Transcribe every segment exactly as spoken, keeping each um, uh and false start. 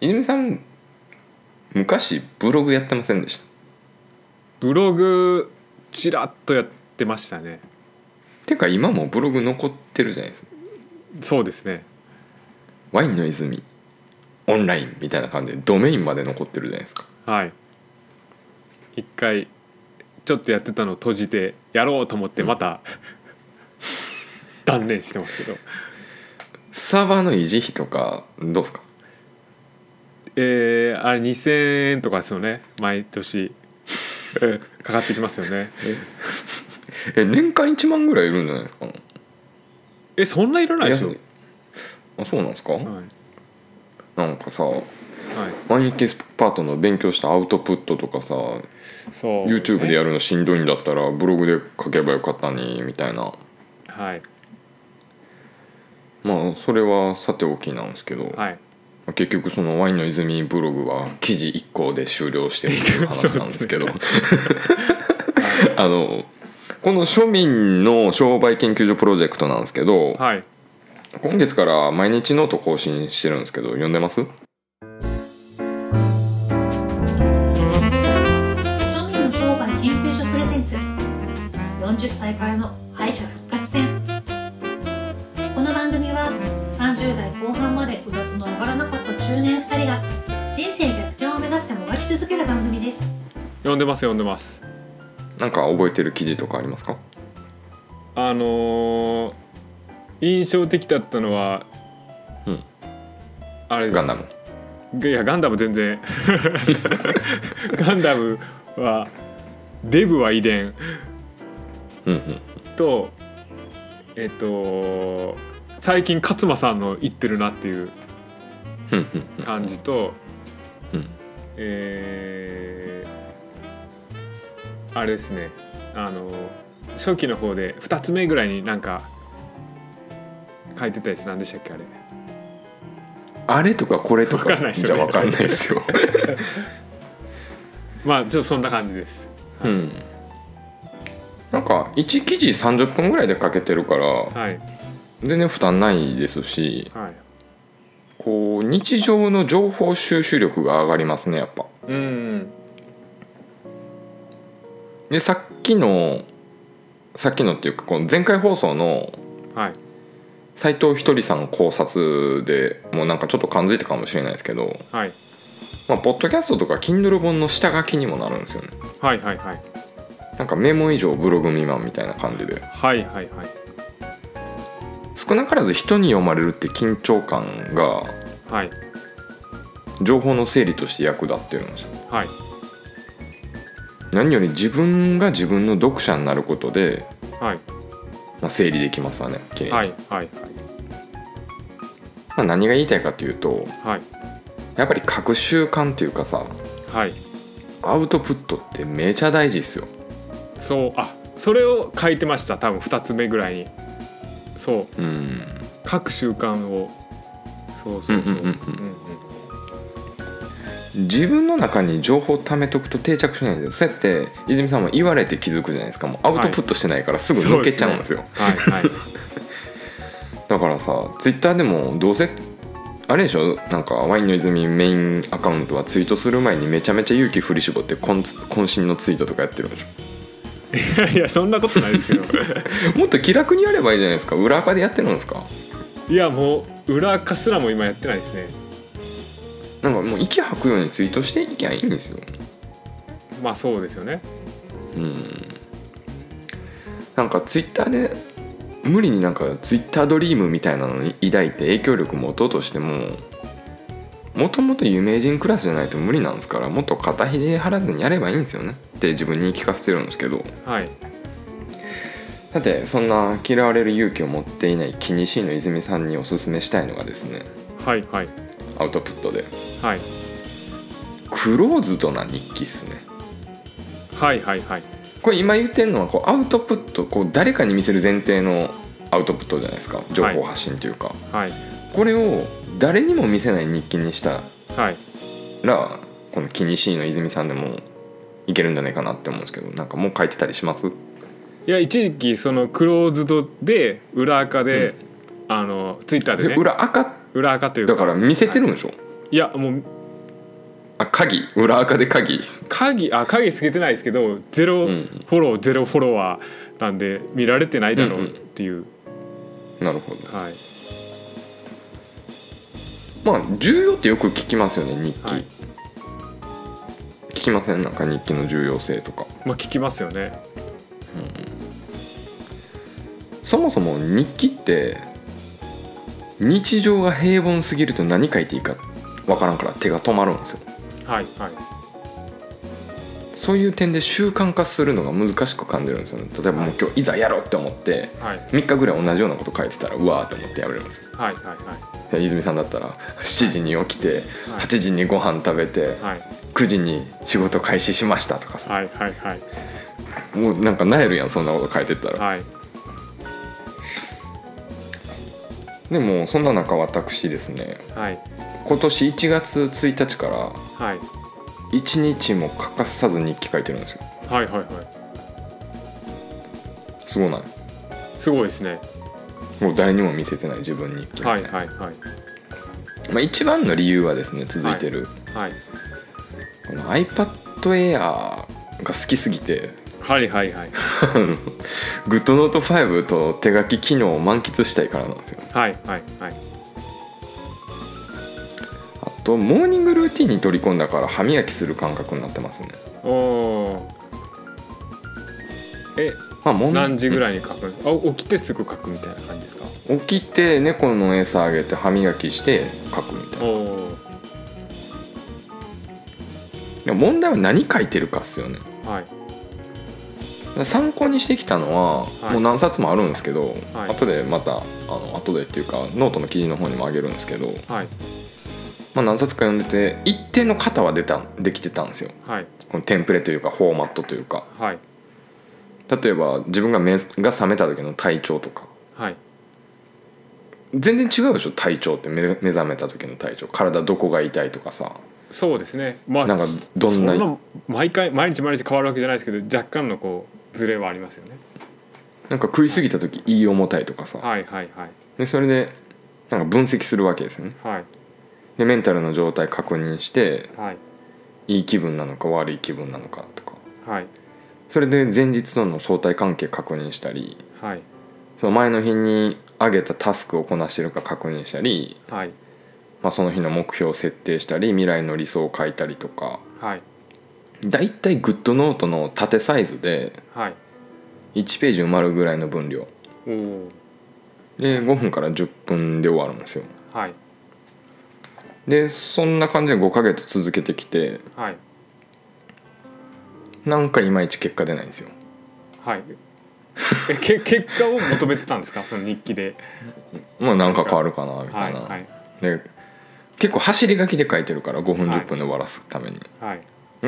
泉さん昔ブログやってませんでした？ ブログちらっとやってましたね。 てか今もブログ残ってるじゃないですか。 そうですね。 ワインの泉オンラインみたいな感じでドメインまで残ってるじゃないですか。 はい。一回ちょっとやってたのを閉じてやろうと思ってまた、うん、断念してますけど。 サーバーの維持費とかどうですか？ えー、あれにせんえんとかですよね、毎年かかってきますよね。 え年間いちまんぐらいいるんじゃないですか？ えそんないらないでしょ。 あ、そうなんですか、はい、なんかさ、はい、 ワインエキスパートの勉強したアウトプットとかさ、そう、ね、YouTube でやるのしんどいんだったらブログで書けばよかったにみたいな。 はい。 まあそれはさておきなんですけど、 はい、 結局そのワインの泉ブログは記事いっこで終了してるっていう話なんですけどあのこの庶民の商売研究所プロジェクトなんですけど、はい、今月から毎日ノート更新してるんですけど読んでます？ 庶民の商売研究所プレゼンツよんじゅっさいからの敗者復活戦。この番組はさんじゅう代後半までうだつの上がらなかった中年ふたりが人生逆転を目指してもがき続ける番組です。 読んでます読んでます。 なんか覚えてる記事とかありますか？ あのー、印象的だったのは、うん、あれです。 ガンダム。 いやガンダム全然ガンダムはデブは遺伝、うんうん、とえっと最近勝間さんの言ってるなっていう感じと、うん、えー、あれですね、あの初期の方でふたつめぐらいになんか書いてたやつ何でしたっけあれ。 あれとかこれとかじゃ分かんないですよまあちょっとそんな感じです、 はい、うん、なんかいち記事さんじゅっぷんぐらいで書けてるから、はい、全然負担ないですし、はい、こう日常の情報収集力が上がりますねやっぱ。うん。でさっきのさっきのっていうかこの前回放送の斉藤ひとりさんの考察でもうなんかちょっと感づいたかもしれないですけど、はい、まあ、ポッドキャストとか Kindle 本の下書きにもなるんですよね。 はいはいはい。 なんかメモ以上ブログ未満みたいな感じで、 はいはいはい。 少なからず人に読まれるって緊張感が、はい、情報の整理として役立ってるんですよ。はい。何より自分が自分の読者になることで、はい、まあ、整理できますわね、きれいに。はいはいはい。まあ、何が言いたいかというと、はい、やっぱり書く習慣というかさ、はい、アウトプットってめちゃ大事ですよ。 そう、あ、それを書いてました多分ふたつめぐらいに。そう、うん、書く習慣を、そうそうそう、うんうんうんうん、 自分の中に情報を貯めとくと定着しないんですよ。そうやって泉さんも言われて気づくじゃないですか。もうアウトプットしてないからすぐ抜けちゃうんですよ、はい、そうですね、はいはい、だからさツイッターでもどうせあれでしょ、なんかワインの泉メインアカウントはツイートする前にめちゃめちゃ勇気振り絞って渾身のツイートとかやってるでしょ。 いやいやそんなことないですけどもっと気楽にやればいいじゃないですか。裏垢でやってるんですか？ いやもう裏垢すらも今やってないですね。 なんかもう息吐くようにツイートしていきゃいいんですよ。 まあそうですよね。うん。 なんかツイッターで無理になんかツイッタードリームみたいなのに抱いて影響力持とうとしても、もともと有名人クラスじゃないと無理なんですから、もっと肩肘張らずにやればいいんですよねって自分に言い聞かせてるんですけど、はい。さてそんな嫌われる勇気を持っていない気にしいの泉さんにおすすめしたいのがですね、はいはい、アウトプットで、はい、クローズドな日記っすね。 はいはいはい。 これ今言ってるのはこうアウトプット、こう誰かに見せる前提のアウトプットじゃないですか。情報発信というか、はいはい、これを誰にも見せない日記にしたら、はい、この気にしいの泉さんでもいけるんじゃないかなって思うんですけど、なんかもう書いてたりします？ いや一時期そのクローズドで裏垢で、うん、あのツイッターでね、 裏垢裏垢というかだから見せてるんでしょ、はい、 いやもうあ鍵裏垢で鍵鍵あ鍵つけてないですけどゼロフォロー、うん、ゼロフォロワーなんで見られてないだろうっていう、うんうん、なるほど、 はい、 まあ重要ってよく聞きますよね日記、はい、聞きませんなんか日記の重要性とか。 まあ聞きますよね、 うん、そもそも日記って日常が平凡すぎると何書いていいかわからんから手が止まるんですよ。 はいはい。 そういう点で習慣化するのが難しく感じるんですよね。例えばもう今日いざやろうって思って、はい、みっかぐらい同じようなこと書いてたらうわーって思ってやめるんですよ。 はいはいはい。 泉さんだったらしちじに起きて、はい、はちじにご飯食べて、はい、くじに仕事開始しましたとかさ、 はいはいはい、 もうなんかなえるやんそんなこと書いてったら、はい、でもそんな中私ですね、はい、今年いちがつついたちから、はい、いちにちも欠かさず日記書いてるんですよ。 はいはいはい。 すごない？ すごいですね。 もう誰にも見せてない自分日記。 はいはいはい。 まあ、一番の理由はですね続いてる、はいはい、この iPad Air が好きすぎて、 はいはいはい GoodNote ファイブと手書き機能を満喫したいからなんですよ。 はいはいはい。 あとモーニングルーティンに取り込んだから歯磨きする感覚になってますね。おーえ、まあ、何時ぐらいに書く、うん、あ起きてすぐ書くみたいな感じですか？ 起きて猫の餌あげて歯磨きして書くみたいな。おでも問題は何書いてるかっすよね。はい、参考にしてきたのは、はい、もう何冊もあるんですけど、はい、後でまたあの後でっていうかノートの記事の方にもあげるんですけど、はい、まあ、何冊か読んでて一定の型は出たできてたんですよ、はい、このテンプレというかフォーマットというか、はい、例えば自分が目が覚めた時の体調とか、はい、全然違うでしょ体調って。 目, 目覚めた時の体調、体どこが痛いとかさ。 そうですね、まあ、 なんかどんなそんな毎回毎日毎日変わるわけじゃないですけど若干のこうズレはありますよね。 なんか食い過ぎた時胃重たいとかさ、 はいはいはい、でそれでなんか分析するわけですよね、はい、でメンタルの状態確認して、はい、いい気分なのか悪い気分なのかとか、はい、それで前日との相対関係確認したり、はい、その前の日に上げたタスクをこなしてるか確認したり、はい、まあ、その日の目標を設定したり未来の理想を書いたりとか、はい、だいたいグッドノートの縦サイズでいちページ埋まるぐらいの分量、おでごふんからじゅっぷんで終わるんですよ、はい、でそんな感じでごかげつ続けてきて、はい、なんかいまいち結果出ないんですよ。 はい、えけ結果を求めてたんですかその日記で。 まあなんか変わるかなみたいな、はいはい、で結構走り書きで書いてるからごふんじゅっぷんで終わらすために、はい、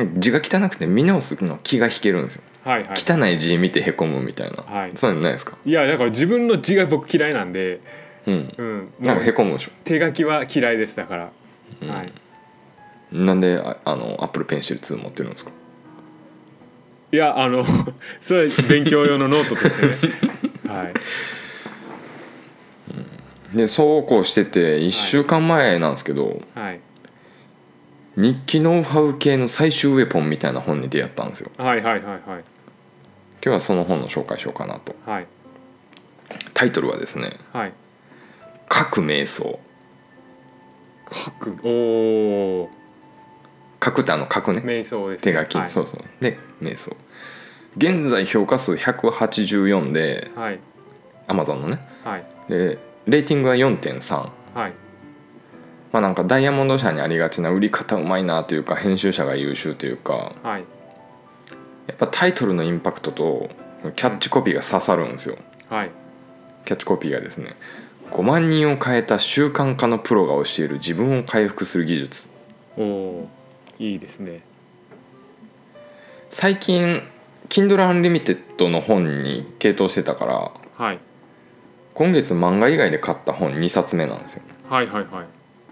字が汚くて見直すの気が引けるんですよ、はいはい、汚い字見てへこむみたいな、はい、そういうのないですか？ いやだから自分の字が僕嫌いなんで、 うんうん、なんかへこむでしょ。 手書きは嫌いですだから、うん、はい、 なんでああの Apple Pencil ツー持ってるんですか？ いやあのそれは勉強用のノートとしてねはい、 うん、でそうこうしてていっしゅうかんまえなんですけど、はい、日記ノウハウ系の最終ウェポンみたいな本に出会ったんですよ。 はいはいはいはい。 今日はその本の紹介しようかなと、はい、タイトルはですね、はい、書く瞑想。 書くおー書くってあの書くね瞑想ですね、 手書き、 はい、 そうそうで瞑想。現在評価数ひゃくはちじゅうよんで、はい、Amazon のね、はい、でレーティングは よんてんさん、はい、まあなんかダイヤモンド社にありがちな売り方うまいなというか編集者が優秀というか、はい、やっぱタイトルのインパクトとキャッチコピーが刺さるんですよ、はい、キャッチコピーがですね、ごまん人を変えた習慣化のプロが教える自分を回復する技術。 おーいいですね。 最近 Kindle Unlimited の本に傾倒してたから、はい、今月漫画以外で買った本にさつめなんですよ。 はいはいはい。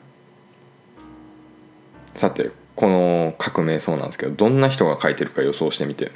さてこの書く瞑想なんですけど、どんな人が書いてるか予想してみて。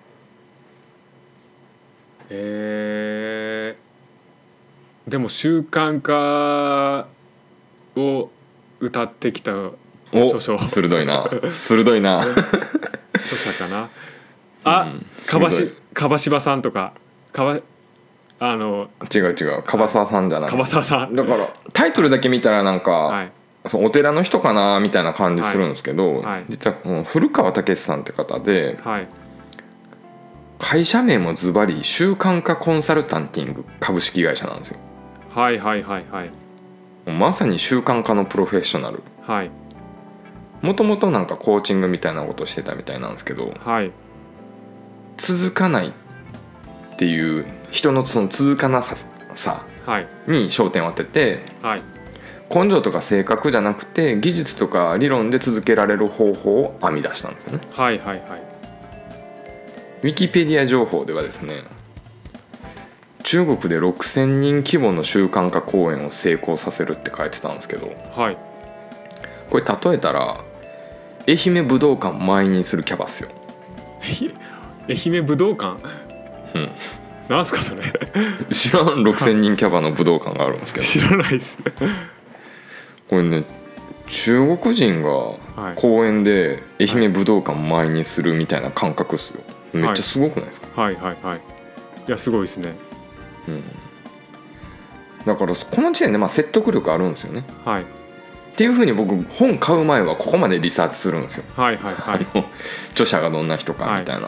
えー、でも習慣化を歌ってきたお著書鋭いな鋭いな著者かなあ、うん、かばしかばしばさんとかかばあの違う違う樺沢さんじゃない樺沢さんだからタイトルだけ見たらなんか、はい、そのお寺の人かなみたいな感じするんですけど、はいはい、実はこの古川武さんって方で、はい、会社名もズバリ習慣化コンサルタンティング株式会社なんですよ。 はいはいはいはい。 まさに習慣化のプロフェッショナル。はい。もともとなんかコーチングみたいなことをしてたみたいなんですけど、はい、続かないっていう人のその続かなささに焦点を当てて、はい、根性とか性格じゃなくて技術とか理論で続けられる方法を編み出したんですよね。 はいはいはい。 ウィキペディア情報ではですね、中国でろくせんにん規模の習慣化講演を成功させるって書いてたんですけど、はい、これ例えたら愛媛武道館満員にするキャパっすよ。 愛媛武道館、 うん、 なんすかそれ知らん。ろくせんにんキャパの武道館があるんですけど知らないですこれね、中国人が公園で愛媛武道館満員にするみたいな感覚っすよ。めっちゃすごくないですか。 はいはいはいはい。いやすごいですね。 うん、だからこの時点でまあ説得力あるんですよね。はい。っていうふうに僕本買う前はここまでリサーチするんですよ。 はいはいはい。 著者がどんな人かみたいな。はい、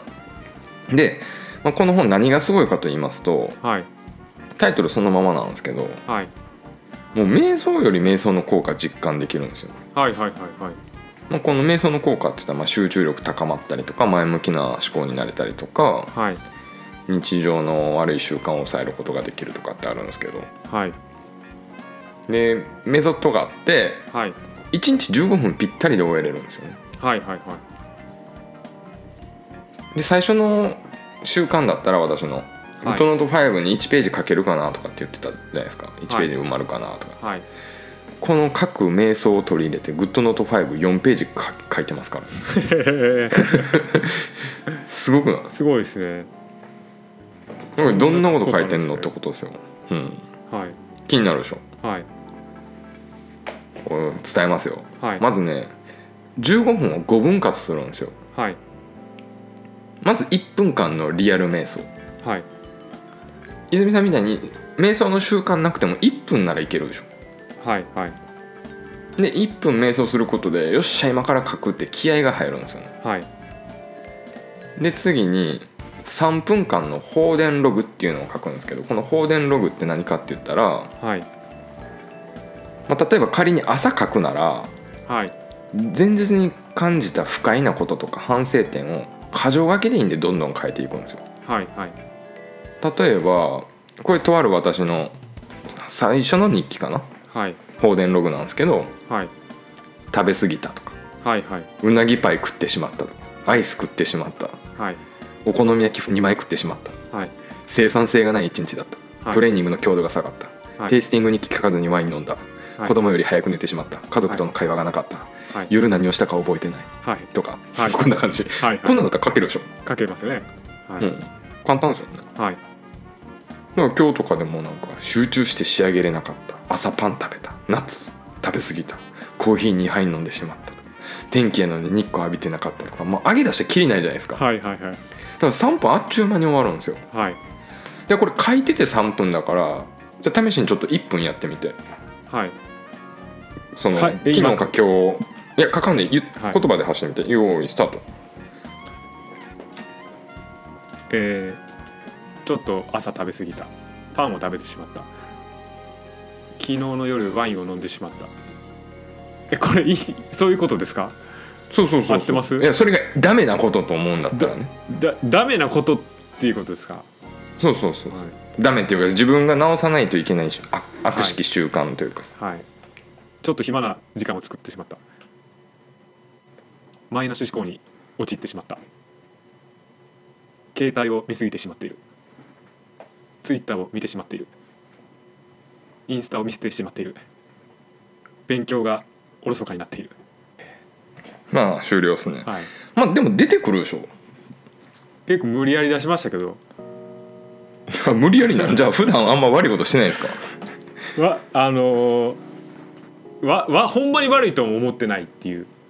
で、まあ、この本何がすごいかと言いますと、はい、タイトルそのままなんですけど、はい、もう瞑想より瞑想の効果実感できるんですよ。 はいはいはいはい。 まあ、この瞑想の効果って言ったらまあ集中力高まったりとか前向きな思考になれたりとか、はい、日常の悪い習慣を抑えることができるとかってあるんですけど、はい、でメソッドがあって、はい、いちにちじゅうごふんぴったりで終えれるんですよね。 はいはいはい。 で最初の習慣だったら私のグッドノートごにいちページ書けるかなとかって言ってたじゃないですか。いちページ埋まるかなとか、はい、この各瞑想を取り入れてグッドノートごよんページ書いてますからすごくない？ すごいですね。 どんなこと書いてんのってことですよ。うん、はい、気になるでしょ。はい、これ伝えますよ。はい、まずねじゅうごふんをごぶん割するんですよ。はい、まずいっぷんかんのリアル瞑想。はい、泉さんみたいに瞑想の習慣なくてもいっぷんならいけるでしょ。はいはい。でいっぷん瞑想することでよっしゃ今から書くって気合が入るんですよね。はい。で次にさんぷんかんの放電ログっていうのを書くんですけど、この放電ログって何かって言ったら、はい、まあ、例えば仮に朝書くなら、はい、前日に感じた不快なこととか反省点を箇条書きでいいんでどんどん変えていくんですよ。はいはい。例えばこれとある私の最初の日記かな、はい、放電ログなんですけど、はい、食べ過ぎたとか、はいはい、うなぎパイ食ってしまったとかアイス食ってしまった、はい、お好み焼きにまい食ってしまった、はい、生産性がない一日だった、はい、トレーニングの強度が下がった、はい、テイスティングに聞かずにワイン飲んだ、はい、子供より早く寝てしまった、家族との会話がなかった、はい、夜何をしたか覚えてない、はい、とか、はい、こんな感じ、はいはい、こんなのだったら書けるでしょ。 書けますね、はい、うん、 簡単ですよね。はい。だから今日とかでもなんか集中して仕上げれなかった、朝パン食べた、ナッツ食べ過ぎた、コーヒーにはい飲んでしまった、天気やのに日光浴びてなかったとか、まあ、上げ出してきりないじゃないですか。はいはいはい。だからさんぷんあっちゅう間に終わるんですよ。はい。でこれ書いててさんぷんだから、じゃあ試しにちょっといっぷんやってみて。はい。その昨日か今日、いや書かんでいい、はい、言葉で発してみて。用意スタート。 えー、ちょっと朝食べ過ぎた、パンを食べてしまった、昨日の夜ワインを飲んでしまった。えこれいいそういうことですか？ そうそうそうそう。合ってます？ いやそれがダメなことと思うんだったらね。 だだダメなことっていうことですか？ そうそうそう、はい、ダメっていうか自分が直さないといけないし、あ悪しき習慣というか、はいはい、 ちょっと暇な時間を作ってしまった、マイナス思考に陥ってしまった、携帯を見過ぎてしまっている、ツイッターを見てしまっている、インスタを見せてしまっている、勉強がおろそかになっている。 まあ終了ですね、はい、まあでも出てくるでしょ。 結構無理やり出しましたけど無理やりなんじゃあ普段あんま悪いことしてないですか？ わあのー、わわほんまに悪いとも思ってないっていう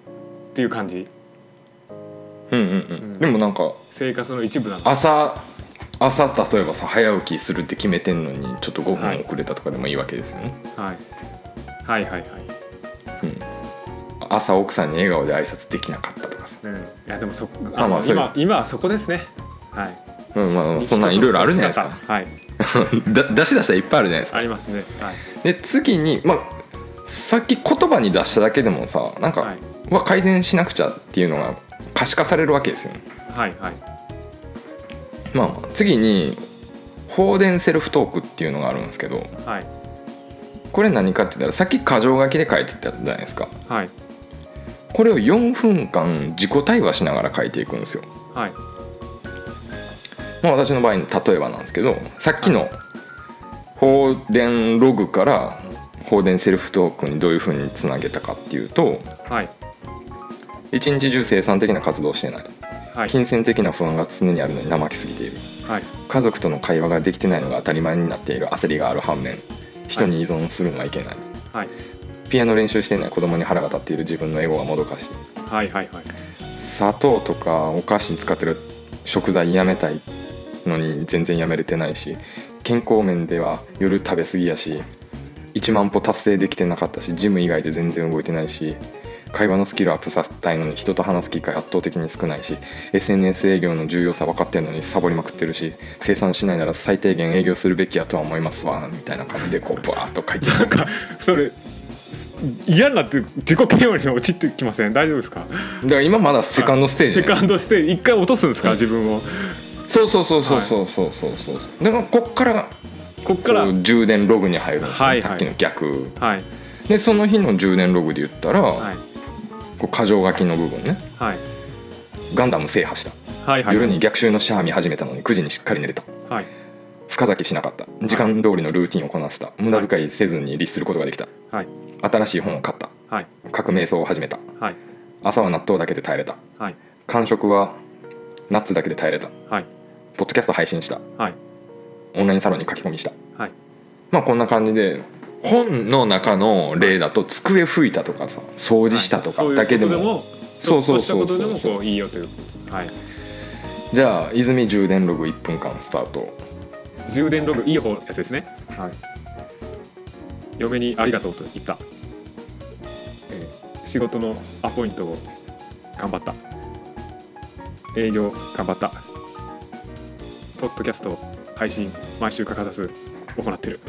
っていう感じ。 うんうんうん、うん、でもなんか生活の一部なんだ。 朝朝例えばさ早起きするって決めてんのにちょっとごふん遅れたとかでもいいわけですよね、 はい、はいはいはいはい、 うん、朝奥さんに笑顔で挨拶できなかったとかさ、 うん、いやでもそあ、まあ、今, 今はそこですね。はい、 うん、まあそんなんいろいろあるじゃないですか。 はいだ出し出したらいっぱいあるじゃないですか。 ありますね、はい、 で次に、まあ、さっき言葉に出しただけでもさなんか、はい、は改善しなくちゃっていうのが可視化されるわけですよね。 はいはい。 まあ、まあ次に放電セルフトークっていうのがあるんですけど、 はい、 これ何かって言ったらさっき箇条書きで書いてたじゃないですか、 はい、 これをよんふんかん自己対話しながら書いていくんですよ。 はい、 まあ、私の場合の例えばなんですけどさっきの放電ログから放電セルフトークにどういうふうにつなげたかっていうと、 はい、 一日中生産的な活動をしてない、はい、金銭的な不安が常にあるのに怠けすぎている、はい、家族との会話ができてないのが当たり前になっている焦りがある反面人に依存するのはいけない、はい、ピアノ練習していない子供に腹が立っている自分のエゴがもどかしい、はいはいはい、砂糖とかお菓子に使ってる食材やめたいのに全然やめれてないし健康面では夜食べ過ぎやしいちまん歩達成できてなかったしジム以外で全然動いてないし会話のスキルアップさせたいのに人と話す機会圧倒的に少ないし エスエヌエス 営業の重要さ分かってるのにサボりまくってるし生産しないなら最低限営業するべきやとは思いますわみたいな感じでこうバーッと書いてなんかそれ嫌になって自己嫌悪に陥ってきません？大丈夫ですか？だから今まだセカンドステージ、 ね、セカンドステージ一回落とすんですか、うん、自分を。 そうそうそうそうそうそうそうそう、はい、だからこっからこっから充電ログに入るんですよ、はいはい、さっきの逆、はい、でその日の充電ログで言ったら、はい、こう箇条書きの部分ね、はい、ガンダム制覇した、はいはい、夜に逆襲のシャア見始めたのにくじにしっかり寝れた、はい、深酒しなかった時間通りのルーティンをこなせた、はい、無駄遣いせずに律することができた、はい、新しい本を買った、はい、革命奏を始めた、はい、朝は納豆だけで耐えれた、はい、間食はナッツだけで耐えれた、はい、ポッドキャスト配信した、はい、オンラインサロンに書き込みした、はい、まあこんな感じで本の中の例だと机拭いたとかさ掃除したとかだけでも、はい、 そうそうそうそうそう、ちょっとしたことでもこういいよという、はい、 じゃあ泉充電ログいっぷんかんスタート。 充電ログいい方のやつですね、はい、嫁にありがとうと言った、えー、仕事のアポイントを頑張った、営業頑張った、ポッドキャスト配信毎週欠かさず行ってる、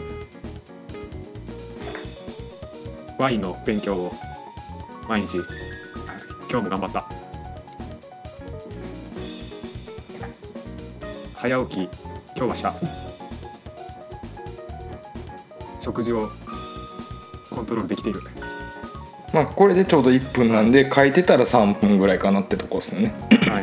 ワインの勉強を毎日今日も頑張った、早起き今日はした、食事をコントロールできている。 まあこれでちょうどいっぷんなんで書いてたらさんぷんぐらいかなってとこですよね。はい、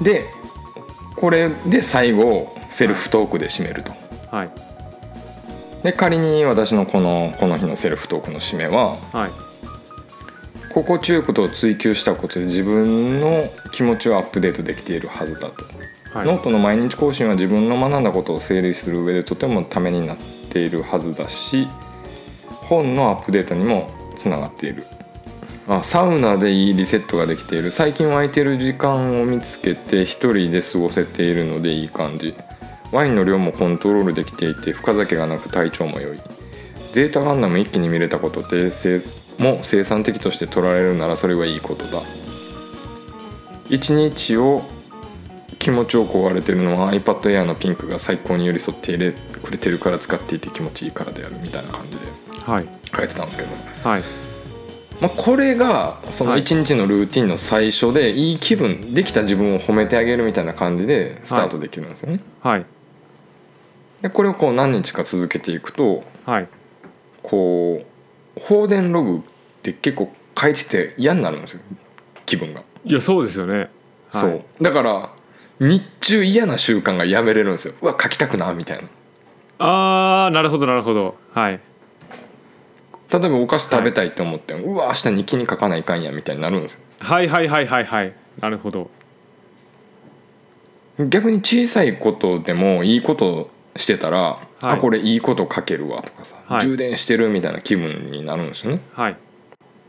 でこれで最後セルフトークで締めると、はい、で仮に私のこのこの日のセルフトークの締めは、はい、心地よいことを追求したことで自分の気持ちをアップデートできているはずだと、はい、ノートの毎日更新は自分の学んだことを整理する上でとてもためになっているはずだし本のアップデートにもつながっている。あ、サウナでいいリセットができている。最近空いてる時間を見つけて一人で過ごせているのでいい感じ。ワインの量もコントロールできていて深酒がなく体調も良い。ゼータガンダム一気に見れたことでも生産的として取られるならそれはいいことだ。一日を気持ちよく終われてるのは iPad Air のピンクが最高に寄り添ってくれてるから使っていて気持ちいいからであるみたいな感じで書いてたんですけど、はい、まあ、これがその一日のルーティンの最初でいい気分できた自分を褒めてあげるみたいな感じでスタートできるんですよね、はい、でこれをこう何日か続けていくと、はい、こう放電ログって結構書いてて嫌になるんですよ気分が。 いやそうですよね、 はい、そうだから日中嫌な習慣がやめれるんですよ。うわ書きたくなみたいな。 あーなるほどなるほど、はい、 例えばお菓子食べたいと思っても、はい、うわ明日日記に書かないかんやみたいになるんですよ。 はいはいはいはいはいなるほど。 逆に小さいことでもいいことしてたら、はい、あこれいいこと書けるわとかさ、はい、充電してるみたいな気分になるんですよね、はい、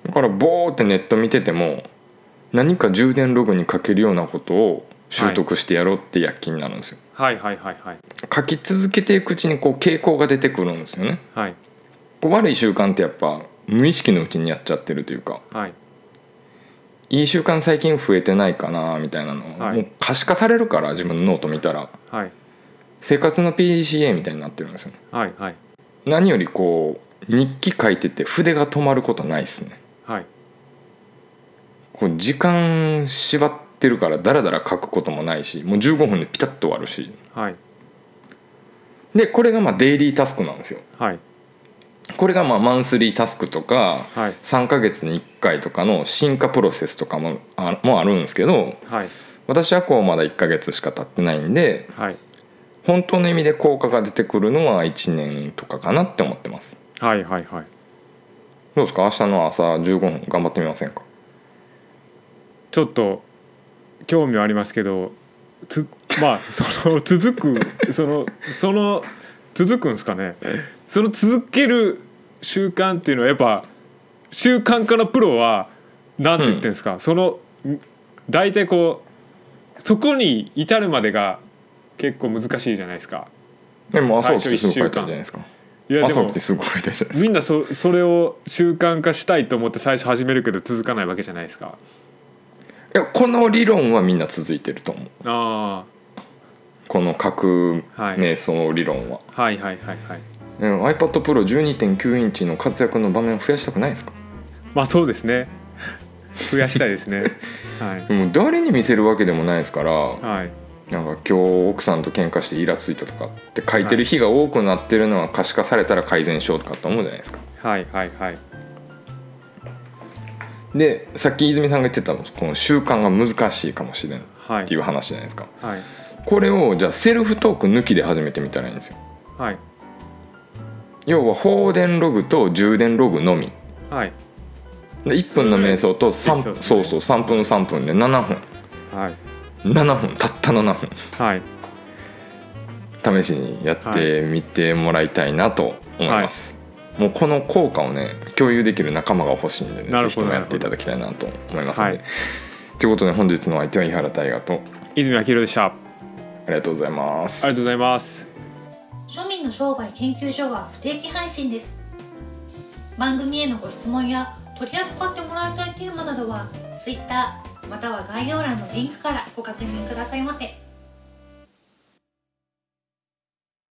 だからボーってネット見てても何か充電ログに書けるようなことを習得してやろうって躍起になるんですよ。 はいはいはいはい。 書き続けていくうちにこう傾向が出てくるんですよね。 はい。 こう悪い習慣ってやっぱ無意識のうちにやっちゃってるというか、 はい、 いい習慣最近増えてないかなみたいなのは、はい、もう可視化されるから自分のノート見たら、 はい、 生活の ピーディーシーエー みたいになってるんですよね。 はいはい、 何よりこう日記書いてて筆が止まることないですね。 はい、 こう時間縛ってるからダラダラ書くこともないし、もうじゅうごふんでピタッと終わるし、 はい、 でこれがまあデイリータスクなんですよ。 はい、 これがまあマンスリータスクとか、 はい、 さんかげつにいっかいとかの進化プロセスとかも あ, もあるんですけど、 はい、 私はこうまだいっかげつしか経ってないんで、 はい、 本当の意味で効果が出てくるのはいちねんとかかなって思ってます。 はいはいはい。 どうですか、明日の朝じゅうごふん頑張ってみませんか。 ちょっと興味はありますけど、つまあその続くそのその続くんですかね。その続ける習慣っていうのはやっぱ習慣化のプロは何て言ってんですか、うん、その大体こうそこに至るまでが結構難しいじゃないですか。 でも朝起きてすぐ書いたじゃないですか。いやでも朝起きてすぐ書いたじゃないですか。 みんな そ, それを習慣化したいと思って最初始めるけど続かないわけじゃないですか。 いやこの理論はみんな続いてると思う。 あこの書く瞑想理論は、 はい、はいはいはいはい、iPad Pro じゅうにてんきゅう インチの活躍の場面を増やしたくないですか。 まあそうですね、増やしたいですね。はい、 でも誰に見せるわけでもないですから、 はい、 なんか今日奥さんと喧嘩してイラついたとかって書いてる日が多くなってるのは可視化されたら改善しようとかって思うじゃないですか。 はいはいはい。 でさっき泉さんが言ってたこの習慣が難しいかもしれないっていう話じゃないですか、 はい、 これをじゃあセルフトーク抜きで始めてみたらいいんですよ。 はい、 要は放電ログと充電ログのみ、 はい、 でいっぷんの瞑想とさん、そうそうさんぷんさんぷんでななふん、 はい、 ななふんたったななふん、 はい、 試しにやってみてもらいたいなと思います、はい、もうこの効果をね共有できる仲間が欲しいんでね、ぜひともやっていただきたいなと思いますので、はい、ということで本日の相手は井原大河と泉明宏でした。 ありがとうございます。 ありがとうございます。 庶民の商売研究所は不定期配信です。番組へのご質問や取り扱ってもらいたいテーマなどは Twitter または概要欄のリンクからご確認くださいませ。